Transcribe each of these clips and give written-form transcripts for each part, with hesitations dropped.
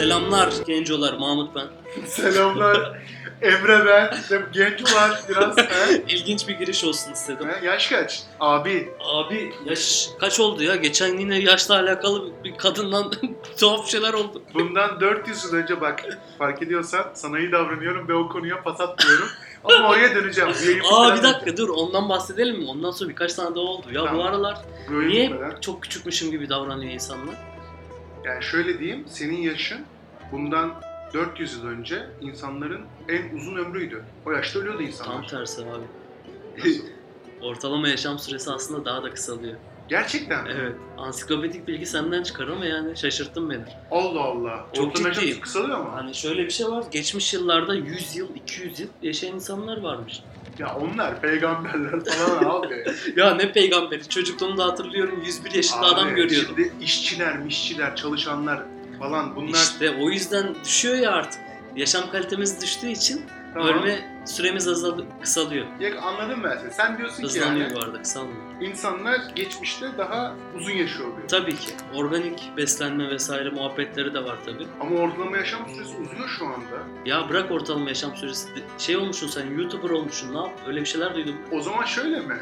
Selamlar gencolar, Mahmut ben. Selamlar Emre ben. Gencolar biraz. İlginç bir giriş olsun istedim. Yaş kaç? Abi. Abi yaş kaç oldu ya? Geçen yine yaşla alakalı bir kadından tuhaf şeyler oldu. Bundan 400 yıl önce bak fark ediyorsan sana iyi davranıyorum ve o konuya pas atmıyorum. Ama oraya döneceğim. Bir dakika dur ondan bahsedelim mi? Ondan sonra birkaç tane daha oldu. Ya tamam. Bu aralar niye çok küçükmüşüm gibi davranıyor insanlar? Yani şöyle diyeyim, senin yaşın bundan 400 yıl önce insanların en uzun ömrüydü. O yaşta ölüyordu insanlar. Tam tersi abi. Nasıl? Ortalama yaşam süresi aslında daha da kısalıyor. Gerçekten mi? Evet. Ansiklopedik bilgi senden çıkarım ve yani şaşırttın beni. Allah Allah. Çok ciddi. Kısalıyor mu? Hani şöyle bir şey var. Geçmiş yıllarda 100 yıl, 200 yıl yaşayan insanlar varmış. Ya onlar peygamberler falan abi. Ya ne peygamberi? Çocukluğumda hatırlıyorum 101 yaşında abi, adam görüyordum. Şimdi işçiler, çalışanlar falan bunlar... İşte o yüzden düşüyor ya artık. Yaşam kalitemiz düştüğü için tamam. Ölme süremiz kısalıyor. Ya anladım ben seni. Sen diyorsun hızlanıyor ki yani... bu arada, kısalmıyor. İnsanlar geçmişte daha uzun yaşıyor oluyor. Tabii ki. Organik beslenme vesaire muhabbetleri de var tabii. Ama ortalama yaşam süresi uzuyor şu anda. Ya bırak ortalama yaşam süresi. Şey olmuşsun sen, YouTuber olmuşsun. Ne yap? Öyle bir şeyler duydum. O zaman şöyle mi?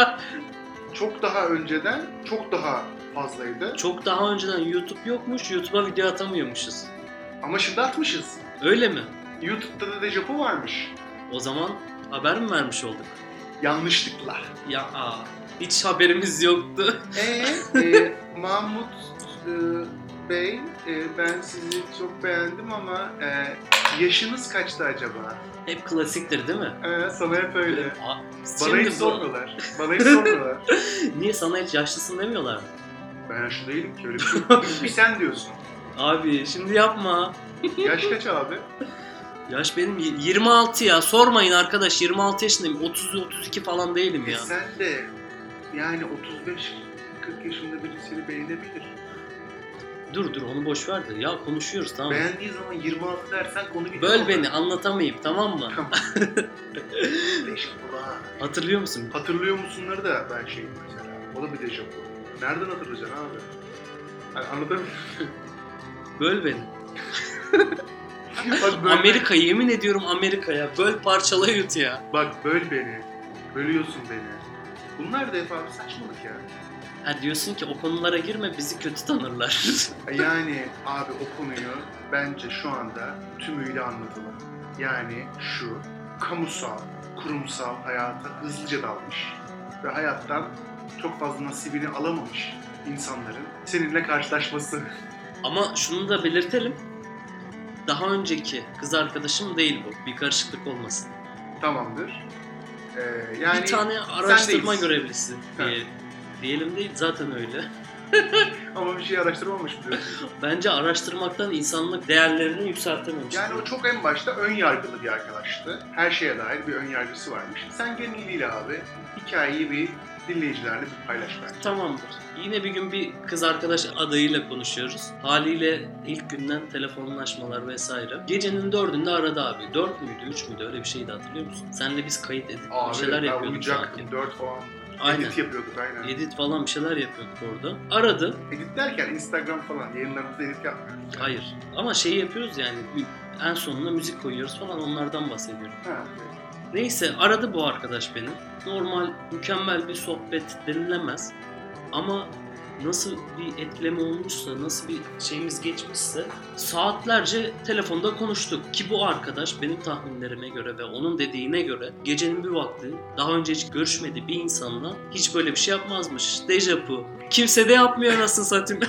Çok daha önceden çok daha fazlaydı. Çok daha önceden YouTube yokmuş. YouTube'a video atamıyormuşuz. Ama şimdi atmışız. Öyle mi? YouTube'da da dejavu varmış. O zaman haber mi vermiş olduk? Yanlışlıkla. Ya hiç haberimiz yoktu. Mahmut Bey, ben sizi çok beğendim ama yaşınız kaçtı acaba? Hep klasiktir değil mi? Sana hep öyle. Bana hiç sormuyorlar. Niye sana hiç yaşlısın demiyorlar mı? Ben yaşlı değilim ki, öyle bir şey. Bir sen diyorsun. Abi şimdi yapma. Yaş kaç abi? Yaş benim 26 ya. Sormayın arkadaş, 26 yaşındayım. 30-32 falan değilim ya. Sen de yani 35-40 yaşında biri seni beğenebilir. Dur onu boş ver de. Ya konuşuyoruz tamam mı? Beğendiği zaman 26 dersen konu bitiyor. Böl beni, anlatamayayım tamam mı? Tamam. Hatırlıyor musun? Hatırlıyor musunları da ben şeyim mesela. O da bir dejavu. Nereden hatırlayacaksın abi? Yani anladın mı? Böl beni. Amerika, yemin ediyorum Amerika'ya. Böl, parçala, yut ya. Bak böl beni. Bölüyorsun beni. Bunlar da hep abi saçmalık ya. Ha diyorsun ki o konulara girme, bizi kötü tanırlar. Yani abi o konuyu bence şu anda tümüyle anlatalım. Yani şu kamusal, kurumsal hayata hızlıca dalmış ve hayattan çok fazla nasibini alamamış insanların seninle karşılaşması. Ama şunu da belirtelim. Daha önceki kız arkadaşım değil bu. Bir karışıklık olmasın. Tamamdır. Yani bir tane araştırma görevlisi diyelim değil, zaten öyle. Ama bir şey araştırmamış mı diyorsun? Bence araştırmaktan insanlık değerlerini yükseltememiş. Yani o çok en başta ön yargılı bir arkadaştı. Her şeye dair bir ön yargısı varmış. Sen geneliyle abi hikayeyi bir dinleyicilerle bir paylaş bence. Tamamdır. Yine bir gün bir kız arkadaş adayıyla konuşuyoruz. Haliyle ilk günden telefonlaşmalar vesaire. Gecenin 4'ünde aradı abi. 4 müydü 3 müydü öyle bir şeydi, hatırlıyor musun? Senle biz kayıt edip bir şeyler yapıyorduk sanki. 4 falan. Aynen. Edit yapıyorduk aynen. Edit falan bir şeyler yapıyorduk orada. Aradı. Edit derken Instagram falan yayınlarımızda edit yapmıyoruz. Yani. Hayır. Ama şey yapıyoruz yani en sonuna müzik koyuyoruz falan, onlardan bahsediyorum. Ha. Neyse aradı bu arkadaş benim. Normal mükemmel bir sohbet denilemez. Ama nasıl bir etkileme olmuşsa, nasıl bir şeyimiz geçmişse saatlerce telefonda konuştuk. Ki bu arkadaş benim tahminlerime göre ve onun dediğine göre gecenin bir vakti daha önce hiç görüşmediği bir insanla hiç böyle bir şey yapmazmış. Dejavu. Kimse de yapmıyor anasını satayım.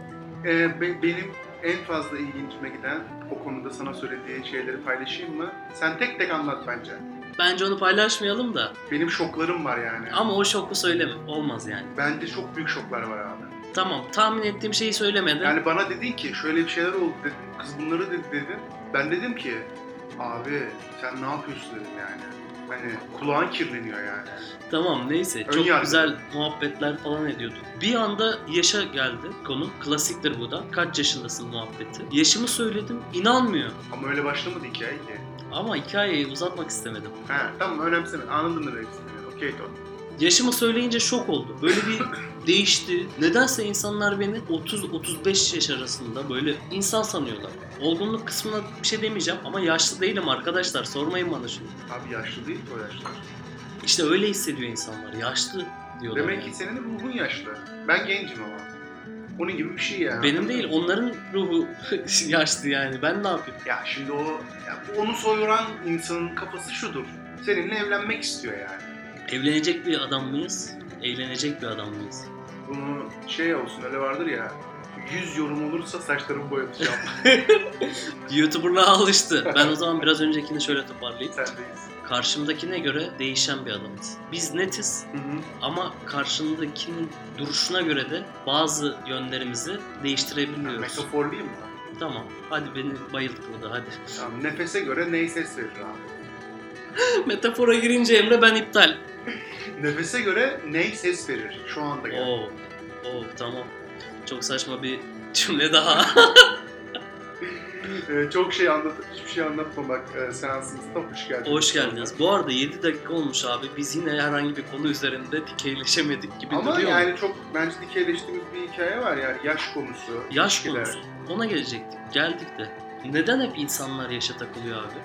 Benim en fazla ilgincime giden o konuda sana söylediği şeyleri paylaşayım mı? Sen tek tek anlat bence. Bence onu paylaşmayalım da. Benim şoklarım var yani. Ama o şoku söyleme. Olmaz yani. Bende çok büyük şoklar var abi. Tamam. Tahmin ettiğim şeyi söylemedin. Yani bana dedin ki şöyle bir şeyler oldu dedin. Kız bunları dedi dedin. Ben dedim ki abi sen ne yapıyorsun dedim yani. Hani kulağın kirleniyor yani. Tamam neyse. Çok güzel muhabbetler falan ediyorduk. Bir anda yaşa geldi konu. Klasiktir bu da. Kaç yaşındasın muhabbeti. Yaşımı söyledim. İnanmıyor. Ama öyle başlamadı hikaye ki. Ama hikayeyi uzatmak istemedim. Tamam önemseme. Anladın mı demek istediğini. Okey tamam. Yaşımı söyleyince şok oldu. Böyle bir değişti. Nedense insanlar beni 30-35 yaş arasında böyle insan sanıyorlar. Olgunluk kısmına bir şey demeyeceğim ama yaşlı değilim arkadaşlar. Sormayın bana şunu. Abi yaşlı değil ki o yaşlar. İşte öyle hissediyor insanlar. Yaşlı diyorlar. Demek yani. ki senin ruhun yaşlı. Ben gencim ama. Onun gibi bir şey yani. Benim değil, onların ruhu yaşlı yani. Ben ne yapayım? Ya şimdi onu soyuran insanın kafası şudur. Seninle evlenmek istiyor yani. Evlenecek bir adam mıyız? Eğlenecek bir adam mıyız? Bunu şey olsun, öyle vardır ya. 100 yorum olursa saçlarımı boyatacağım. YouTuber'lığa alıştı. Ben o zaman biraz öncekini şöyle toparlayayım. Sendeyiz. Karşımdakine göre değişen bir adamız. Biz netiz Hı hı. ama karşımdakinin duruşuna göre de bazı yönlerimizi değiştirebiliyoruz. Metaforlayayım mı? Tamam. Hadi beni bayıltma burada hadi. Tamam, nefese göre ney ses verir abi. Metafora girince Emre ben iptal. Nefese göre ney ses verir şu anda yani. Oo tamam. Çok saçma bir cümle daha. Çok şey anlatıp hiçbir şey anlatmamak seansımızda hoş geldiniz. Hoş geldiniz. Bu arada 7 dakika olmuş abi. Biz yine herhangi bir konu üzerinde dikeyleşemedik gibi Ama duruyor. yani çok bence dikeyleştiğimiz bir hikaye var yani yaş konusu. Yaş ilişkiler. konusu. Ona gelecektik. Geldik de. Neden hep insanlar yaşa takılıyor abi?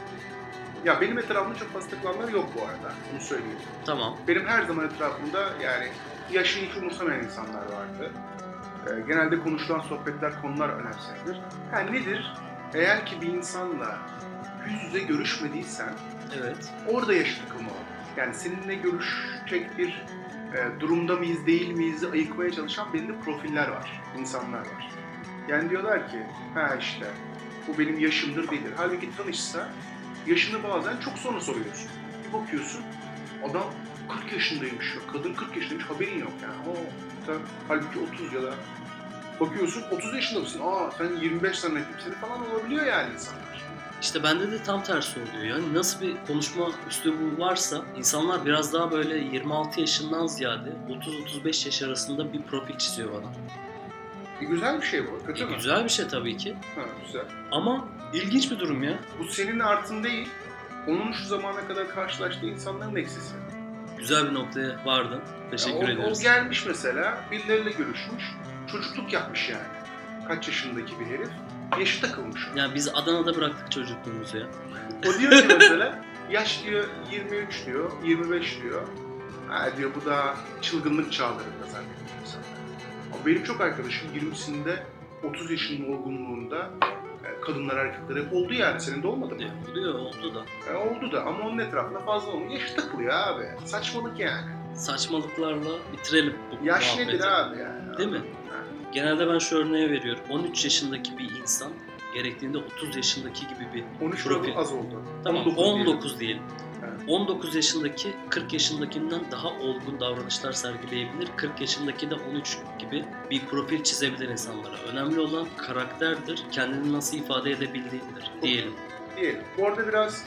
Ya benim etrafımda çok fazla takılanlar yok bu arada. Bunu söyleyeyim. Tamam. Benim her zaman etrafımda yani yaşını hiç umursamayan insanlar vardı. Genelde konuşulan sohbetler, konular önemsenir. Yani nedir? Eğer ki bir insanla yüz yüze görüşmediysen Evet. orada yaşı takılmalı. Yani seninle görüşecek bir durumda mıyız, değil miyiz ayıkmaya çalışan belli profiller var, insanlar var. Yani diyorlar ki, ha işte bu benim yaşımdır değildir. Halbuki tanışsa yaşını bazen çok sonra soruyorsun. Bakıyorsun adam 40 yaşındaymış ya, kadın 40 yaşındaymış, haberin yok yani. Sen halbuki 30 ya da bakıyorsun 30 yaşında mısın? Sen 25 zannettim seni falan olabiliyor yani insanlar. İşte bende de tam tersi oluyor. Yani nasıl bir konuşma üslubu varsa insanlar biraz daha böyle 26 yaşından ziyade 30-35 yaş arasında bir profil çiziyor bana. Güzel bir şey bu, kötü mü? Güzel bir şey tabii ki. Ha, güzel. Ama ilginç bir durum ya. Bu senin artın değil, onun şu zamana kadar karşılaştığı insanların eksisi. Güzel bir noktaya vardın. Teşekkür ederiz. O gelmiş mesela, birileriyle görüşmüş, çocukluk yapmış yani. Kaç yaşındaki bir herif, yaşı takılmış. Yani biz Adana'da bıraktık çocukluğumuzu ya. O diyor ki mesela, yaş diyor 23 diyor, 25 diyor. Ha diyor bu da çılgınlık çağlarında zannediyor insanlar. Ama benim çok arkadaşım 20'sinde 30 yaşının olgunluğunda kadınlar erkekler hep oldu yani. Senin de olmadı mı? Oluyor, oldu da. Oldu da ama onun etrafında fazla onun yaşı takılıyor abi. Saçmalık yani. Saçmalıklarla bitirelim bu Yaş muhabbeti. nedir abi yani? Değil mi? Genelde ben şu örneği veriyorum. 13 yaşındaki bir insan gerektiğinde 30 yaşındaki gibi bir 13 profil. az oldu. Tamam 19 diyelim. Evet. 19 yaşındaki 40 yaşındakinden daha olgun davranışlar sergileyebilir. 40 yaşındaki de 13 gibi bir profil çizebilir insanlara. Önemli olan karakterdir, kendini nasıl ifade edebildiğindir diyelim. Diyelim. Bu arada biraz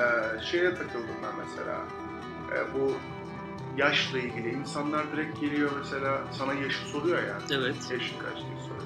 şeye takıldım ben mesela. Bu yaşla ilgili insanlar direkt geliyor mesela sana yaşı soruyor ya. Evet. Yaşın kaç diye soruyor.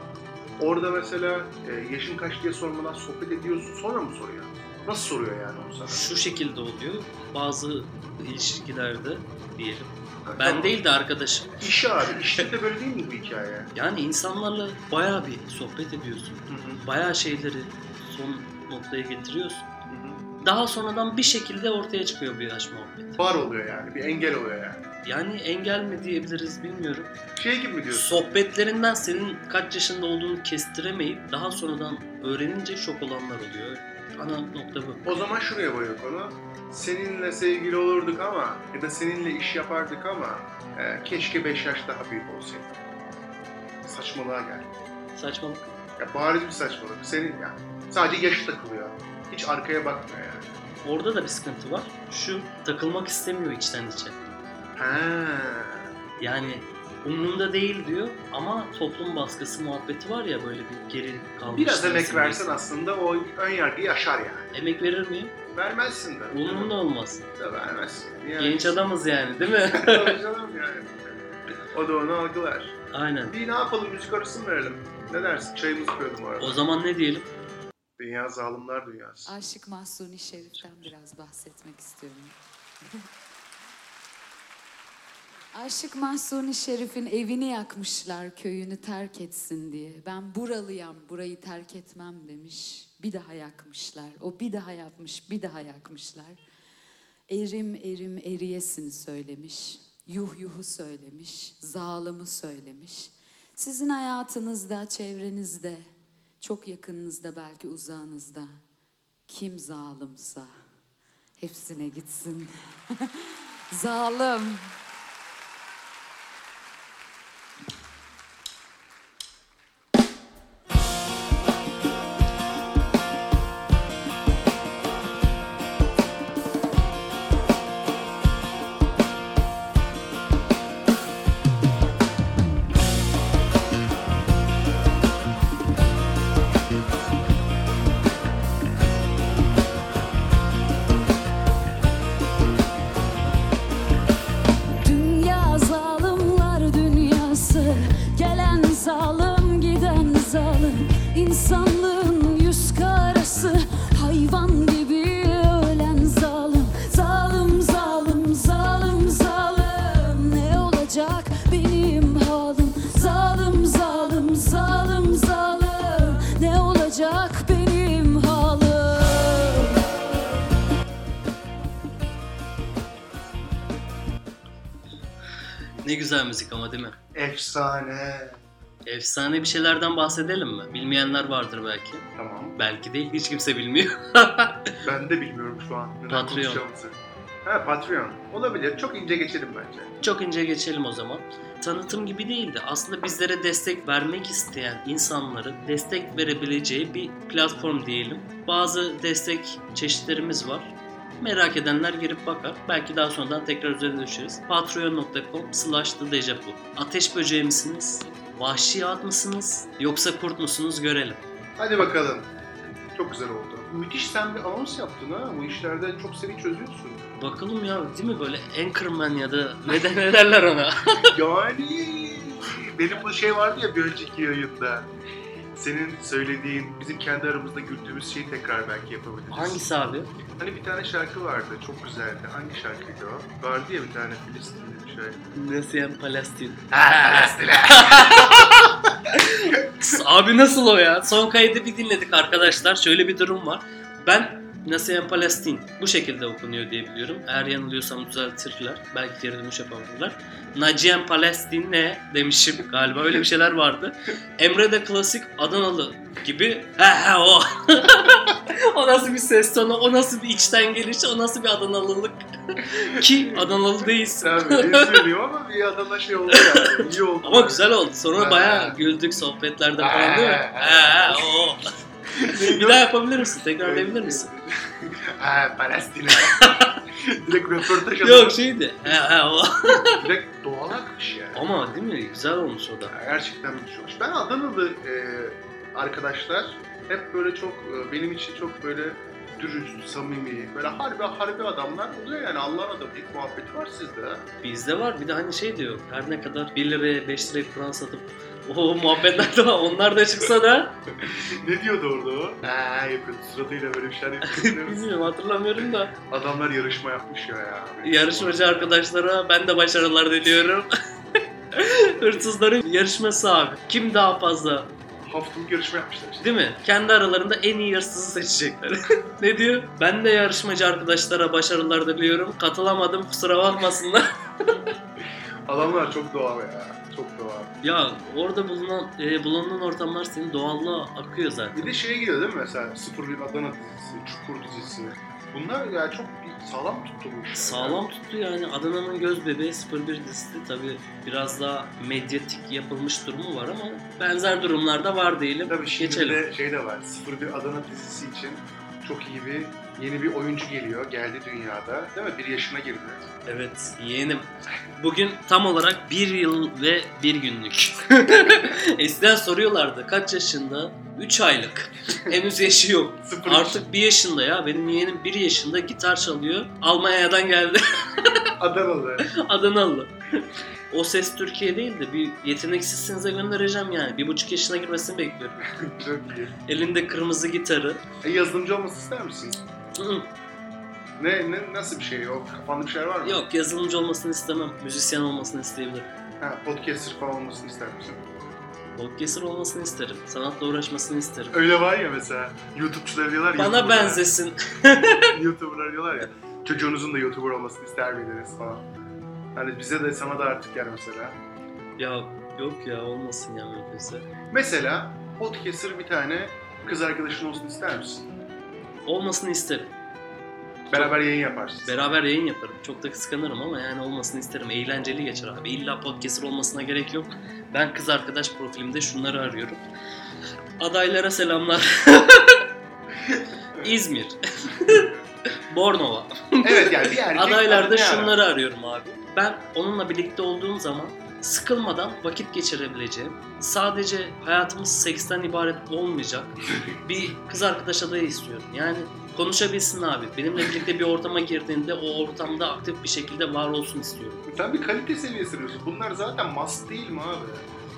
Orada mesela yaşın kaç diye sormadan sohbet ediyorsun, sonra mı soruyor? Nasıl soruyor yani onu sana? Şu şekilde oluyor. Bazı ilişkilerde diyelim. Ben Tamam. değil de arkadaşım. İş abi. İşte de böyle değil mi bu hikaye? Yani insanlarla bayağı bir sohbet ediyorsun. Hı. Bayağı şeyleri son noktaya getiriyorsun. Hı. Daha sonradan bir şekilde ortaya çıkıyor bir yaş muhabbeti. Var oluyor yani. Bir engel oluyor yani. Yani engel mi diyebiliriz bilmiyorum. Şey gibi mi diyorsun? Sohbetlerinden senin kaç yaşında olduğunu kestiremeyip daha sonradan öğrenince şok olanlar oluyor. Ana nokta bu. O zaman şuraya koyuyor konu. Seninle sevgili olurduk ama ya da seninle iş yapardık ama keşke 5 yaş daha büyük olsaydı. Saçmalığa gel. Saçmalık. Ya bariz bir saçmalık. Senin yani sadece yaşı takılıyor. Hiç arkaya bakmıyor yani. Orada da bir sıkıntı var. Şu takılmak istemiyor içten içe. Ha. Yani umurumda değil diyor ama toplum baskısı muhabbeti var ya böyle bir geri kalmış. Biraz emek versen aslında o ön yargıyı aşar yani. Emek verir miyim? Vermezsin de. Umurumda olmaz. Da vermezsin. Yani. Genç adamız yani değil mi? Tabii canım yani. O da onu algılar. Aynen. Bir ne yapalım, müzik arası mı verelim? Ne dersin? Çayımızı koyalım orada. O zaman ne diyelim? Dünya zalimler dünyası. Aşık Mahsuni Şerif'ten biraz bahsetmek istiyorum. Aşık Mahsuni Şerif'in evini yakmışlar köyünü terk etsin diye. Ben buralıyam, burayı terk etmem demiş. Bir daha yakmışlar. O bir daha yapmış, bir daha yakmışlar. Erim erim eriyesin söylemiş. Yuh yuhu söylemiş. Zalımı söylemiş. Sizin hayatınızda, çevrenizde, çok yakınınızda, belki uzağınızda kim zalimsa hepsine gitsin. Zalim. Dünya zalimler dünyası, gelen zalim giden zalim. İnsanlığın yüz karası, hayvan gibi ölen zalim. Zalim zalim zalim zalim, ne olacak benim halim? Zalim zalim zalim zalim, ne olacak benim halim? Ne güzel müzik ama değil mi? Efsane. Efsane bir şeylerden bahsedelim mi? Bilmeyenler vardır belki. Tamam. Belki değil, hiç kimse bilmiyor. Ben de bilmiyorum şu an. Neden Patreon. konuşacağımızı. Ha, Patreon. Olabilir. Çok ince geçelim bence. Çok ince geçelim o zaman. Tanıtım gibi değildi. Aslında bizlere destek vermek isteyen insanların destek verebileceği bir platform diyelim. Bazı destek çeşitlerimiz var. Merak edenler girip bakar. Belki daha sonradan tekrar üzerine düşeriz. patreon.com/thedejavu. Ateş böceği misiniz? Vahşi at mısınız? Yoksa kurt musunuz görelim. Hadi bakalım. Çok güzel oldu. Müthiş, sen bir anons yaptın ha. Bu işlerde çok seri çözüyorsun. Bakalım ya, değil mi böyle Anchorman ya da ne derler ona? Yani benim bu şey vardı ya bir önceki yayında. Senin söylediğin, bizim kendi aramızda güldüğümüz şeyi tekrar belki yapabiliriz. Hangisi abi? Hani bir tane şarkı vardı, çok güzeldi. Hangi şarkıydı o? Vardı ya bir tane Filistinli bir şarkı. Nasiyen Palestin. Palestin. Abi nasıl o ya? Son kaydı bir dinledik arkadaşlar. Şöyle bir durum var. Ben Nasiyen Palestin bu şekilde okunuyor diye biliyorum. Eğer yanılıyorsam düzeltirler. Belki geri dönüş yapabilirler. Naciyen Palestin ne demişim galiba, öyle bir şeyler vardı. Emre de klasik Adanalı gibi. O. O nasıl bir ses tonu, o nasıl bir içten geliş, o nasıl bir Adanalılık. Ki Adanalı değilsin. Tabii iyi söylüyorum ama bir adamla şey oldu yani. İyi oldu. Ama güzel oldu. Sonra Ha. bayağı güldük sohbetlerde falan, değil mi? O. Bir daha yapabilir misin? Tekrarlayabilir misin? Palestin. Direkt röportaj Yok şeydi. O. Direkt doğal akmış yani. Ama değil mi? Güzel olmuş o da. Gerçekten müthiş olmuş. Ben Adanalı arkadaşlar hep böyle çok benim için çok böyle dürüst, samimi, böyle harbi adamlar oluyor yani. Allah'ın adamı, ilk muhabbeti var sizde. Bizde var. Bir de hani şey diyor. Her ne kadar 1 liraya 5 liraya Kur'an satıp o muhabbetler de var. Onlar da çıksa da Ne diyordu orada o? Yapıyordu. Suratıyla böyle bir şeyler yapıyordu. bilmiyorum, hatırlamıyorum da. Adamlar yarışma yapmış ya. Yarışmacı arkadaşlara ben de başarılar diliyorum. Hırsızların yarışması abi. Kim daha fazla, Haftalık yarışma yapmışlar işte. değil mi? Kendi aralarında en iyi hırsızı seçecekler. Ne diyor? Ben de yarışmacı arkadaşlara başarılar diliyorum. Katılamadım, kusura bakmasınlar. Adamlar çok doğal ya. Çok doğal. Ya orada bulunan ortamlar senin doğallığa akıyor zaten. Bir de şeye giriyor değil mi mesela 01 Adana dizisi, Çukur dizisi. Bunlar ya çok sağlam tuttu bu işler. Sağlam tuttu yani. Adana'nın göz bebeği 01 dizisi tabii biraz daha medyatik yapılmış durumu var ama benzer durumlarda var diyelim. Tabii şimdi Geçelim. de şey de var. 01 Adana dizisi için çok iyi bir yeni bir oyuncu geliyor. Geldi dünyada. Değil mi? 1 yaşına girdi. Evet, yeğenim. Bugün tam olarak 1 yıl ve 1 günlük. Eskiden soruyorlardı kaç yaşında? 3 aylık. Henüz yaşı yok. Sıfır Artık 1 yaşında ya. Benim yeğenim 1 yaşında gitar çalıyor. Almanya'dan geldi. Adanalı. Adanalı. O Ses Türkiye değil de bir yeteneksizsinize göndereceğim yani. 1,5 yaşına girmesini bekliyorum. Çok iyi. Elinde kırmızı gitarı. Yazılımcı olması ister misin? Nasıl bir şey? O kafanda bir şeyler var mı? Yok, yazılımcı olmasını istemem. Müzisyen olmasını isteyebilirim. Ha, podcaster falan olmasını ister misin? Podcaster olmasını isterim. Sanatla uğraşmasını isterim. Öyle var ya mesela YouTube'çular diyorlar ya. Bana benzesin. YouTuber'lar diyorlar ya. Çocuğunuzun da YouTuber olmasını ister miydiniz falan. Hani bize de sana da artık yer mesela. Ya yok ya, olmasın ya mümkünse. Mesela podcaster bir tane kız arkadaşın olsun ister misin? Olmasını isterim. Beraber yayın yaparsınız. Beraber yayın yaparım. Çok da kıskanırım ama yani olmasını isterim. Eğlenceli geçer abi. İlla podcaster olmasına gerek yok. Ben kız arkadaş profilimde şunları arıyorum. Adaylara selamlar. İzmir. Bornova. Evet yani bir erkek Adaylarda ne arar? şunları arıyorum abi. Ben onunla birlikte olduğum zaman sıkılmadan vakit geçirebileceğim, sadece hayatımız seksten ibaret olmayacak bir kız arkadaş adayı istiyorum. Yani konuşabilsin abi. Benimle birlikte bir ortama girdiğinde o ortamda aktif bir şekilde var olsun istiyorum. Sen bir kalite seviyesi diyorsun. Bunlar zaten must değil mi abi?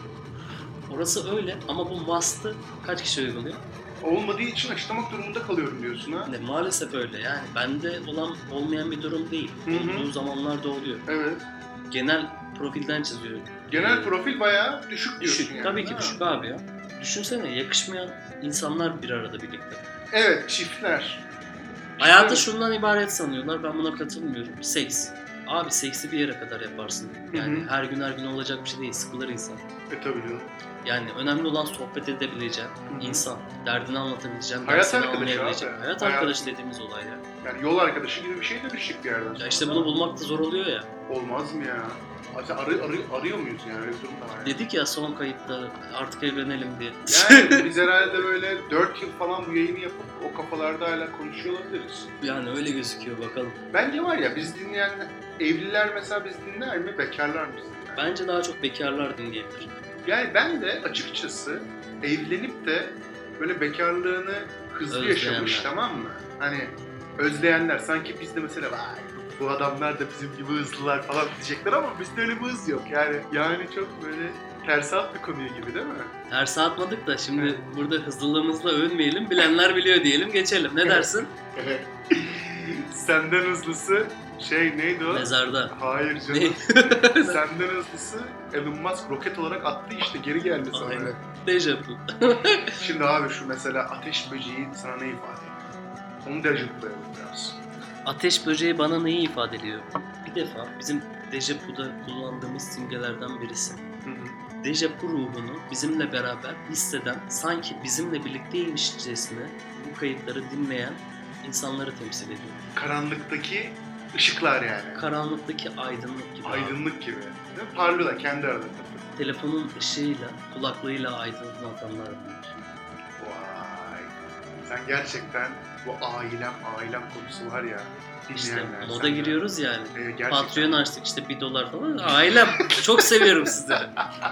Orası öyle ama bu must'ı kaç kişi uyguluyor? Olmadığı için açıklamak durumunda kalıyorum diyorsun ha? Maalesef öyle yani. Bende olan olmayan bir durum değil. Hı hı. Olduğu zamanlarda oluyor. Evet. Genel profilden çiziyorum. Genel profil bayağı düşük diyorsun Düşük. yani. Tabii ki ha? düşük abi ya. Düşünsene, yakışmayan insanlar bir arada birlikte. Evet, çiftler. Hayatı şundan ibaret sanıyorlar. Ben buna katılmıyorum. Seks. Abi seksi bir yere kadar yaparsın. Yani Hı hı. her gün olacak bir şey değil. Sıkılır insan. Tabii canım. Yani önemli olan sohbet edebileceğim Hı hı. insan. Derdini anlatabileceğim. Hayat dersini arkadaşı anlayabileceğim. abi. Hayat arkadaşı dediğimiz olay ya. Yani yol arkadaşı gibi bir şey dönüşecek bir yerden sonra. Ya işte bunu bulmak da zor oluyor ya. Olmaz mı ya? Arıyor muyuz yani? Öyle bir durum da var. Dedik ya son kayıtta artık evlenelim diye. Yani biz herhalde böyle 4 yıl falan bu yayını yapıp o kafalarda hala konuşuyor olabiliriz. Yani öyle gözüküyor, bakalım. Bence var ya biz dinleyen evliler mesela biz dinler mi? Bekarlar mı biz dinler? Bence daha çok bekarlar dinleyebilir. Yani ben de açıkçası evlenip de böyle bekarlığını hızlı Özleyenler. yaşamış, tamam mı? Hani özleyenler sanki bizde mesela vay bu adamlar da bizim gibi hızlılar falan diyecekler ama bizde öyle bir hız yok. Yani çok böyle tersat bir konuya gibi değil mi? Terse atmadık da şimdi Evet. burada hızlılığımızla övünmeyelim. Bilenler biliyor diyelim, geçelim. Ne dersin? Evet. Senden hızlısı neydi o? Mezarda. Hayır Ne? canım. Senden hızlısı Elon Musk roket olarak attı işte geri geldi sonra. Aynen. Dejavu. Şimdi abi şu mesela ateş böceği sana ne ifade ediyor? Onu dejavulayalım biraz. Ateş böceği bana neyi ifade ediyor? Bir defa bizim Dejavu'da kullandığımız simgelerden birisi. Hı hı. Dejavu ruhunu bizimle beraber hisseden, sanki bizimle birlikteymişçesine bu kayıtları dinleyen insanları temsil ediyor. Karanlıktaki ışıklar yani. Karanlıktaki aydınlık gibi. abi. Aydınlık gibi. Değil mi? Parlıyorlar kendi aralarında. Telefonun ışığıyla, kulaklığıyla aydınlatanlar bunlar. Vay. Sen gerçekten bu ailem konusu var ya. İşte dinleyenler, moda sen de. giriyoruz yani. Gerçekten. Patreon açtık işte $1 falan. Ailem. Çok seviyorum sizleri.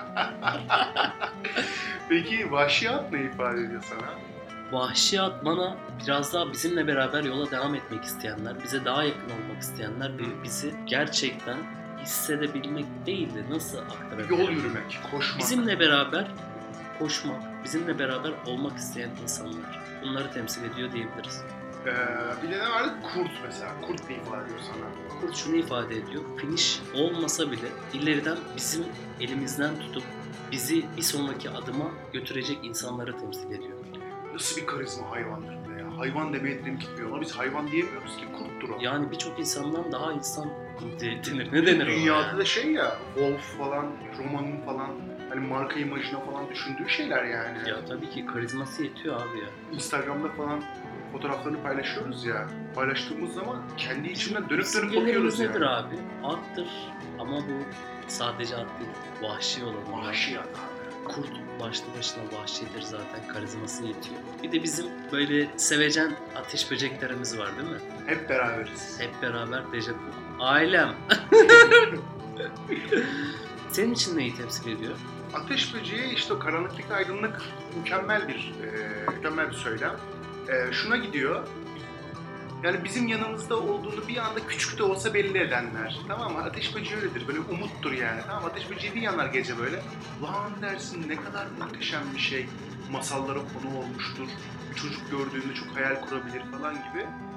Peki vahşi at ne ifade ediyor sana? Vahşi at bana biraz daha bizimle beraber yola devam etmek isteyenler, bize daha yakın olmak isteyenler ve bizi gerçekten hissedebilmek değil de nasıl aktarabilirim? Yol yürümek, koşmak. Bizimle beraber koşmak, bizimle beraber olmak isteyen insanlar. Bunları temsil ediyor diyebiliriz. Bir de ne vardı? Kurt mesela. Kurt ne ifade ediyor sana? Kurt şunu ifade ediyor. Finish olmasa bile ileriden bizim elimizden tutup bizi bir sonraki adıma götürecek insanları temsil ediyor. Nasıl bir karizma hayvandır be ya. Hayvan demeye dilim gitmiyor ama biz hayvan diyemiyoruz ki. Kurttur o. Yani birçok insandan daha insan denir. Ne denir ona Dünyada yani? da Wolf falan, romanın falan hani marka imajına falan düşündüğü şeyler yani. Ya tabii ki karizması yetiyor abi ya. Instagram'da falan fotoğraflarını paylaşıyoruz ya. Paylaştığımız zaman kendi içimden dönüp Simgelerimiz bakıyoruz nedir yani. abi? Attır ama bu sadece at değil. Vahşi olan. Vahşi at abi. Kurt başlı başına vahşidir zaten, karizması yetiyor. Bir de bizim böyle sevecen ateş böceklerimiz var değil mi? Hep beraberiz. Hep beraber dejavu. Ailem. Senin için neyi temsil ediyor? Ateş böceği işte o karanlıktaki aydınlık mükemmel bir söylem. Şuna gidiyor. Yani bizim yanımızda olduğunu bir anda küçük de olsa belli edenler. Tamam mı? Ateş böceği öyledir. Böyle umuttur yani. Tamam mı? Ateş böceği bir yanar gece böyle. Lan dersin ne kadar muhteşem bir şey. Masallara konu olmuştur. Bir çocuk gördüğünde çok hayal kurabilir falan gibi.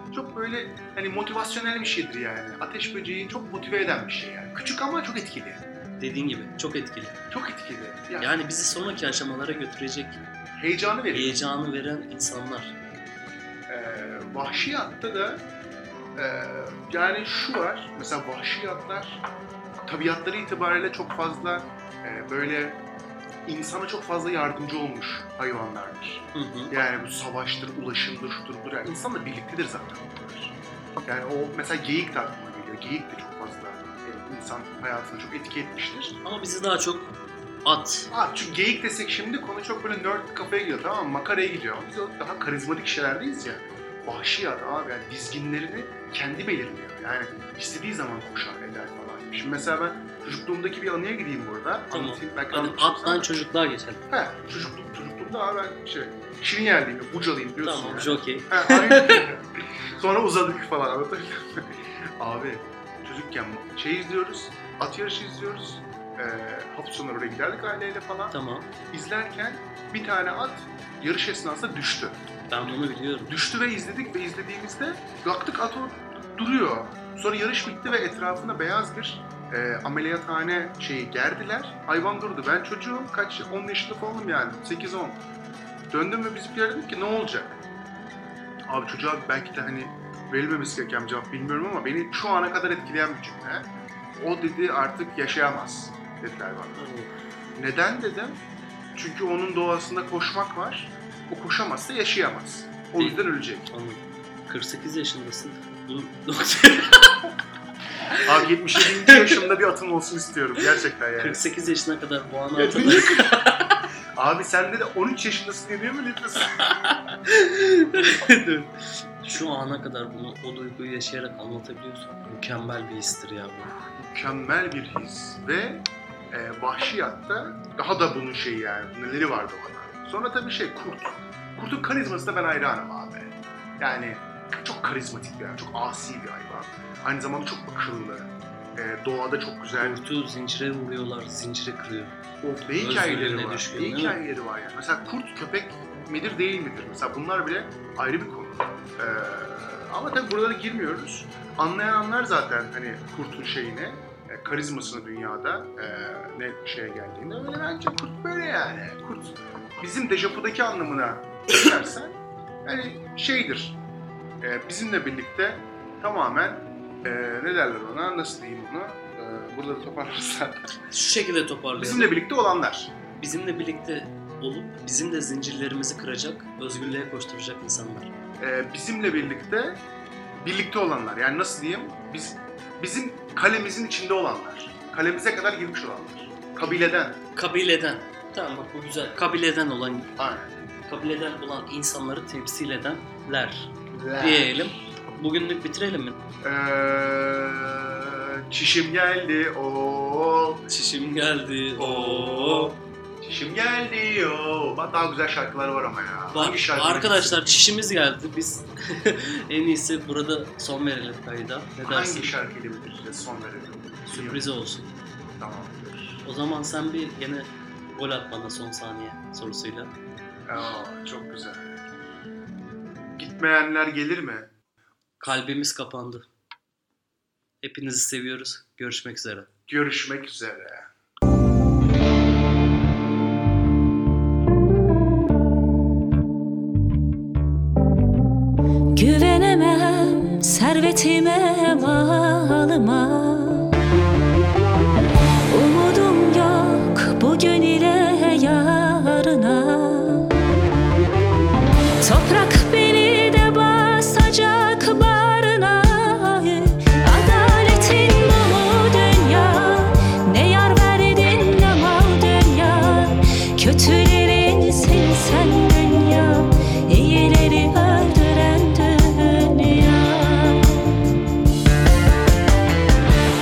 çok böyle hani motivasyonel bir şeydir yani. Ateş böceği çok motive eden bir şey yani. Küçük ama çok etkili. Dediğin gibi çok etkili. Çok etkili. Yani bizi sonraki aşamalara götürecek heyecanı veriyor. Heyecanı veren insanlar. Vahşiyatta da yani şu var. Mesela vahşiyatlar tabiatları itibariyle çok fazla böyle insana çok fazla yardımcı olmuş hayvanlardır. Hı hı. Yani bu savaştır, ulaşımdır, şudur budur. Yani insanla birliktedir zaten bunlar. Yani o mesela geyik de aklıma geliyor. Geyik de çok fazla insan hayatına çok etki etmiştir. Ama bizi daha çok at. Çünkü geyik desek şimdi konu çok böyle nerd kafaya gidiyor, tamam mı? Makaraya gidiyor. Ama biz daha karizmatik şeylerdeyiz ya. Vahşiyat abi, yani dizginlerini kendi belirliyor. Yani istediği zaman koşar eder falan. Şimdi mesela ben çocukluğumdaki bir anıya gideyim burada. Tamam. Belki Hadi attan çocuklar geçelim. Çocukluğumda abi ben şirin yerliyim, bucalıyım biliyorsun. Tamam, yani. jokey. Sonra uzadık falan. Abi çocukken izliyoruz, at yarışı izliyoruz. Hafta sonları oraya giderdik aileyle falan. Tamam. İzlerken bir tane at yarış esnasında düştü. Ben bunu biliyorum. Düştü ve izledik ve izlediğimizde baktık at duruyor. Sonra yarış bitti ve etrafına beyaz bir ameliyathane gerdiler. Hayvan durdu. Ben çocuğum, 10 yaşında falanım yani, 8-10. Döndüm ve bizimkiler dedik ki ne olacak? Abi çocuğa belki de hani verilmemesi gereken bir cevap bilmiyorum ama beni şu ana kadar etkileyen bir cümle. O dedi artık yaşayamaz dediler bana. Neden dedim? Çünkü onun doğasında koşmak var. O koşamazsa yaşayamaz. O yüzden ölecek. Anladım. 48 yaşındasın. Abi 77. yaşımda bir atım olsun istiyorum gerçekten yani. 48 yaşına kadar bu anı hatırlar. Abi sen de 13 yaşındasın diye mi lütfen? Şu ana kadar bunu, o duyguyu yaşayarak anlatabiliyorsan mükemmel bir histir ya bu. Mükemmel bir his ve vahşiyatta daha da bunun yani neleri vardı o kadar. Sonra tabii kurt. Kurtun karizmasına ben hayranım abi. Yani çok karizmatik bir hayvan, çok asi bir hayvan. Aynı zamanda çok akıllı. Doğada çok güzel. Kurtu zincire vuruyorlar, zinciri kırıyor. Ne hikayeleri var. Düşkün, Ne hikayeleri var yani. Mesela kurt köpek midir değil midir? Mesela bunlar bile ayrı bir konu. Ama tabii buralara girmiyoruz. Anlayan anlar zaten hani kurtun karizmasını dünyada ne geldiğinde. Öyle bence kurt böyle yani. Kurt bizim Dejavu'daki anlamına geçersen yani bizimle birlikte tamamen ne derler ona, nasıl diyeyim onu, burada da toparlarsak. Şu şekilde toparlayalım. Bizimle birlikte olanlar. Bizimle birlikte olup bizim de zincirlerimizi kıracak, özgürlüğe koşturacak insanlar. Bizimle birlikte olanlar. Yani nasıl diyeyim? Bizim kalemizin içinde olanlar. Kalemize kadar girmiş olanlar. Kabileden. Tamam bak bu güzel. Kabileden olan. Aynen. Kabileden olan insanları temsil edenler diyelim. Bugünlük bitirelim mi? Çişim geldi o. Çişim geldi o. Çişim geldi o. Bak daha güzel şarkılar var ama ya. Arkadaşlar çişimiz geldi. Biz en iyisi burada son verelim kayda. Ne dersin? Hangi şarkıyla bitireceğiz, son verelim? Sürpriz olsun. Tamamdır. O zaman sen bir yine gol at bana son saniye sorusuyla. Çok güzel. Gitmeyenler gelir mi? Kalbimiz kapandı. Hepinizi seviyoruz. Görüşmek üzere. Görüşmek üzere. Güvenemem servetime, malıma. Umudum yok bugün ile yarına. Toprak beni de basacak bağrına. Adaletin bu mu dünya? Ne yar verdin ne mal dünya. Kötülerin sen dünya. İyileri öldüren dünya.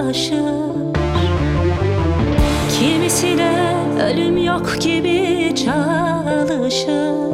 alışır. Kimisi de ölüm yok gibi çalışır.